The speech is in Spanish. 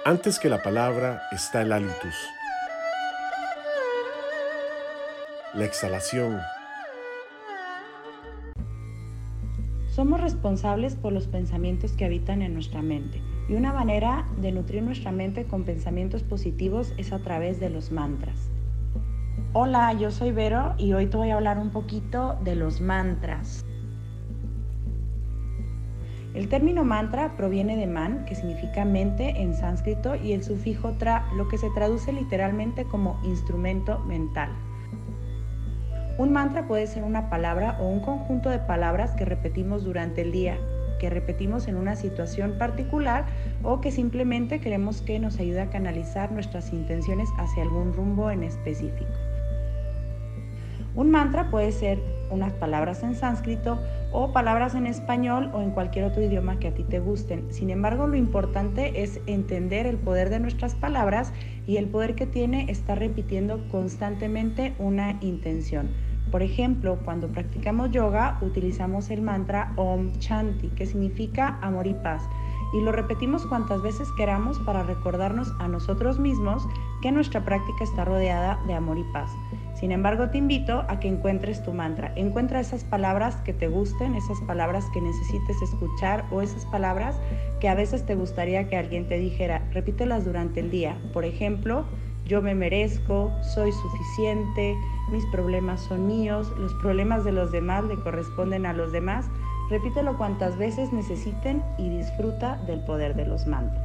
Antes que la palabra está el halitus, la exhalación. Somos responsables por los pensamientos que habitan en nuestra mente, y una manera de nutrir nuestra mente con pensamientos positivos es a través de los mantras. Hola, yo soy Vero y hoy te voy a hablar un poquito de los mantras. El término mantra proviene de man, que significa mente en sánscrito, y el sufijo tra, lo que se traduce literalmente como instrumento mental. Un mantra puede ser una palabra o un conjunto de palabras que repetimos durante el día, que repetimos en una situación particular o que simplemente queremos que nos ayude a canalizar nuestras intenciones hacia algún rumbo en específico. Un mantra puede ser unas palabras en sánscrito o palabras en español o en cualquier otro idioma que a ti te gusten. Sin embargo, lo importante es entender el poder de nuestras palabras y el poder que tiene estar repitiendo constantemente una intención. Por ejemplo, cuando practicamos yoga, utilizamos el mantra Om Shanti, que significa amor y paz, y lo repetimos cuantas veces queramos para recordarnos a nosotros mismos que nuestra práctica está rodeada de amor y paz. Sin embargo, te invito a que encuentres tu mantra. Encuentra esas palabras que te gusten, esas palabras que necesites escuchar o esas palabras que a veces te gustaría que alguien te dijera. Repítelas durante el día. Por ejemplo, yo me merezco, soy suficiente, mis problemas son míos, los problemas de los demás le corresponden a los demás. Repítelo cuantas veces necesiten y disfruta del poder de los mantras.